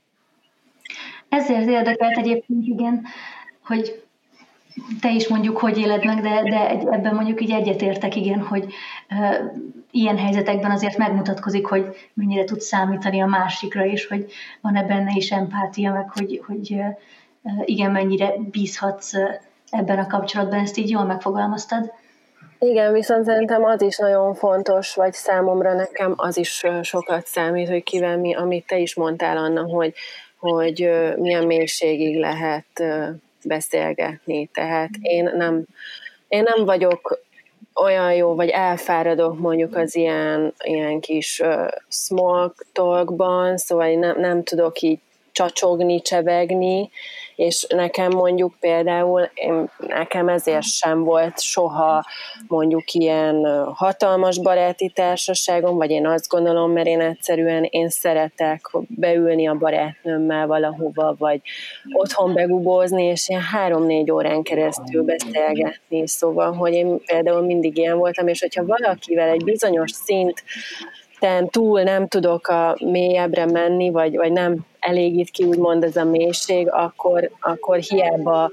Ezért érdekelt egyébként, igen, hogy te is mondjuk, hogy éled meg, de ebben mondjuk így egyetértek, igen, hogy ilyen helyzetekben azért megmutatkozik, hogy mennyire tudsz számítani a másikra, és hogy van-e benne is empátia, meg hogy igen, mennyire bízhatsz ebben a kapcsolatban. Ezt így jól megfogalmaztad? Igen, viszont szerintem az is nagyon fontos, vagy számomra nekem az is sokat számít, hogy kivel mi, amit te is mondtál, Anna, hogy milyen mélységig lehet beszélgetni. Tehát én nem vagyok olyan jó, vagy elfáradok mondjuk az ilyen kis small talkban, szóval nem tudok így csacsogni, csevegni, és nekem mondjuk például, nekem ezért sem volt soha mondjuk ilyen hatalmas baráti társaságom, vagy én azt gondolom, mert én egyszerűen szeretek beülni a barátnőmmel valahova, vagy otthon begubózni, és ilyen 3-4 órán keresztül beszélgetni, szóval, hogy én például mindig ilyen voltam, és hogyha valakivel egy bizonyos szinten túl nem tudok a mélyebbre menni, vagy nem elégít ki úgymond ez a mélység, akkor hiába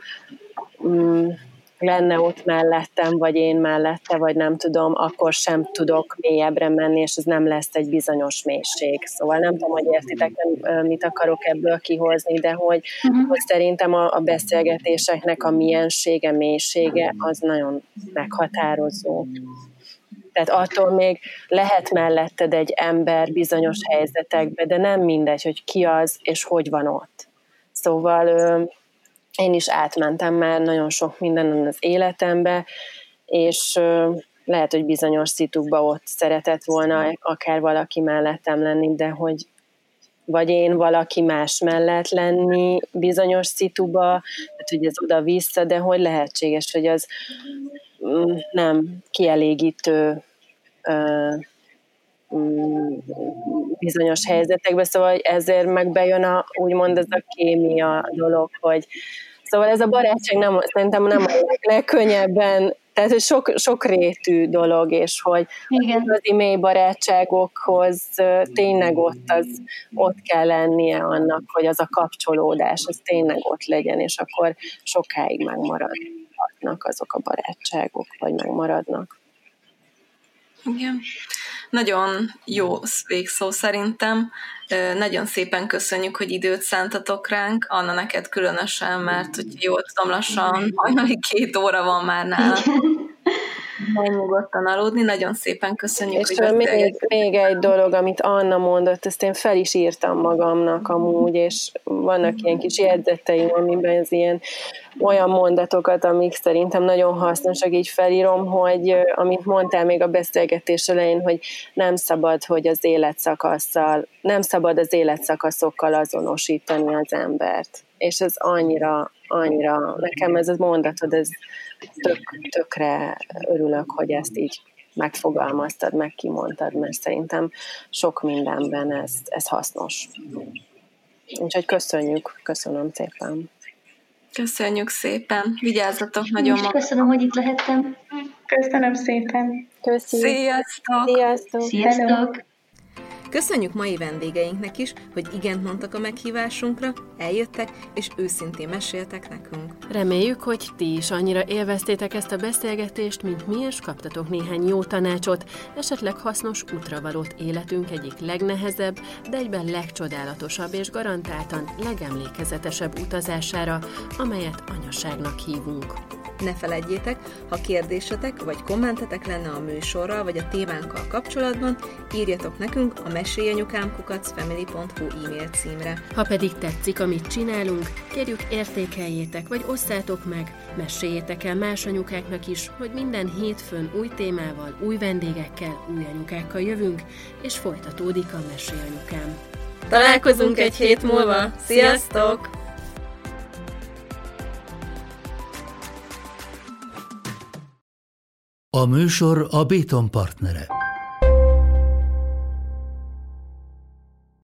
lenne ott mellettem, vagy én mellette, vagy nem tudom, akkor sem tudok mélyebbre menni, és ez nem lesz egy bizonyos mélység. Szóval nem tudom, hogy értitek, mit akarok ebből kihozni, de hogy szerintem a beszélgetéseknek a miensége, mélysége az nagyon meghatározó. Tehát attól még lehet melletted egy ember bizonyos helyzetekben, de nem mindegy, hogy ki az, és hogy van ott. Szóval én is átmentem már nagyon sok mindenen az életembe, és lehet, hogy bizonyos szitukba ott szeretett volna akár valaki mellettem lenni, de hogy vagy én valaki más mellett lenni bizonyos szituba, tehát hogy ez oda-vissza, de hogy lehetséges, hogy az nem kielégítő bizonyos helyzetekben, szóval ezért meg bejön úgymond ez a kémia dolog, hogy szóval ez a barátság szerintem nem a legkönnyebben, tehát hogy sok rétű dolog, és hogy az mély barátságokhoz tényleg ott kell lennie annak, hogy az a kapcsolódás, az tényleg ott legyen, és akkor sokáig megmaradnak azok a barátságok, vagy megmaradnak. Igen. Nagyon jó végszó szerintem. Nagyon szépen köszönjük, hogy időt szántatok ránk. Anna, neked különösen, mert hogy jól tudom, lassan hajnali 2 óra van már nála. Majd nyugodtan aludni. Nagyon szépen köszönjük, és hogy még egy dolog, amit Anna mondott, ezt én fel is írtam magamnak amúgy, és vannak ilyen kis jegyzeteim, amiben ez ilyen olyan mondatokat, amik szerintem nagyon hasznosak, így felírom, hogy amit mondtál még a beszélgetés elején, hogy nem szabad az életszakaszokkal azonosítani az embert. És ez annyira, nekem ez a mondatod, ez tökre örülök, hogy ezt így megfogalmaztad, meg kimondtad, mert szerintem sok mindenben ez hasznos. Úgyhogy köszönöm szépen. Köszönjük szépen, vigyázzatok nagyon maga. Köszönöm, hogy itt lehettem. Köszönöm szépen. Köszönjük. Sziasztok! Sziasztok! Sziasztok! Köszönjük mai vendégeinknek is, hogy igent mondtak a meghívásunkra, eljöttek és őszintén meséltek nekünk. Reméljük, hogy ti is annyira élveztétek ezt a beszélgetést, mint mi, és kaptatok néhány jó tanácsot, esetleg hasznos útravalót életünk egyik legnehezebb, de egyben legcsodálatosabb és garantáltan legemlékezetesebb utazására, amelyet anyaságnak hívunk. Ne feledjétek, ha kérdésetek vagy kommentetek lenne a műsorral vagy a témánkkal kapcsolatban, írjatok nekünk a mesélyanyukám@family.hu e-mail címre. Ha pedig tetszik, amit csinálunk, kérjük értékeljétek vagy osszátok meg, meséljétek el más anyukáknak is, hogy minden hétfőn új témával, új vendégekkel, új anyukákkal jövünk, és folytatódik a Mesélyanyukám. Találkozunk egy hét múlva! Sziasztok! A műsor a Béton partnere.